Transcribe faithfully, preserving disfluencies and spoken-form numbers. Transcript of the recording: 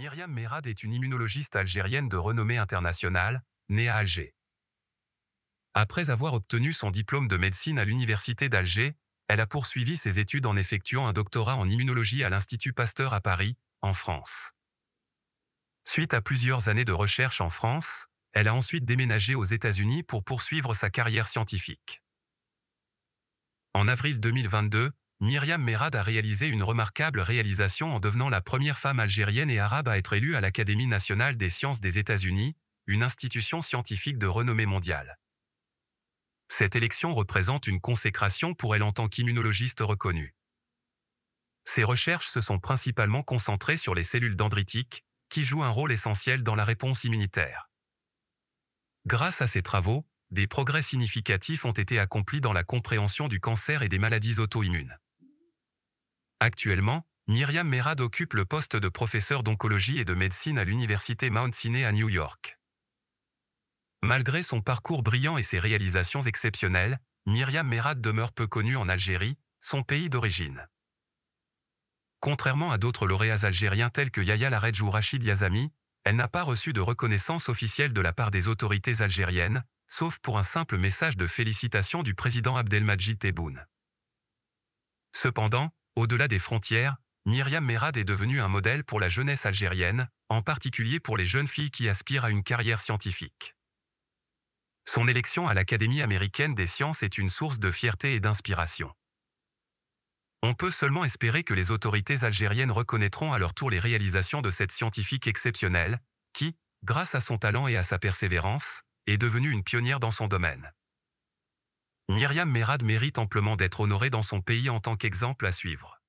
Myriam Merad est une immunologiste algérienne de renommée internationale, née à Alger. Après avoir obtenu son diplôme de médecine à l'Université d'Alger, elle a poursuivi ses études en effectuant un doctorat en immunologie à l'Institut Pasteur à Paris, en France. Suite à plusieurs années de recherche en France, elle a ensuite déménagé aux États-Unis pour poursuivre sa carrière scientifique. En avril deux mille vingt-deux, Myriam Merad a réalisé une remarquable réalisation en devenant la première femme algérienne et arabe à être élue à l'Académie nationale des sciences des États-Unis, une institution scientifique de renommée mondiale. Cette élection représente une consécration pour elle en tant qu'immunologiste reconnue. Ses recherches se sont principalement concentrées sur les cellules dendritiques, qui jouent un rôle essentiel dans la réponse immunitaire. Grâce à ces travaux, des progrès significatifs ont été accomplis dans la compréhension du cancer et des maladies auto-immunes. Actuellement, Myriam Merad occupe le poste de professeur d'oncologie et de médecine à l'université Mount Sinai à New York. Malgré son parcours brillant et ses réalisations exceptionnelles, Myriam Merad demeure peu connue en Algérie, son pays d'origine. Contrairement à d'autres lauréats algériens tels que Yahya Laredj ou Rachid Yazami, elle n'a pas reçu de reconnaissance officielle de la part des autorités algériennes, sauf pour un simple message de félicitations du président Abdelmadjid Tebboune. Cependant, au-delà des frontières, Myriam Merad est devenue un modèle pour la jeunesse algérienne, en particulier pour les jeunes filles qui aspirent à une carrière scientifique. Son élection à l'Académie américaine des sciences est une source de fierté et d'inspiration. On peut seulement espérer que les autorités algériennes reconnaîtront à leur tour les réalisations de cette scientifique exceptionnelle, qui, grâce à son talent et à sa persévérance, est devenue une pionnière dans son domaine. Myriam Merad mérite amplement d'être honorée dans son pays en tant qu'exemple à suivre.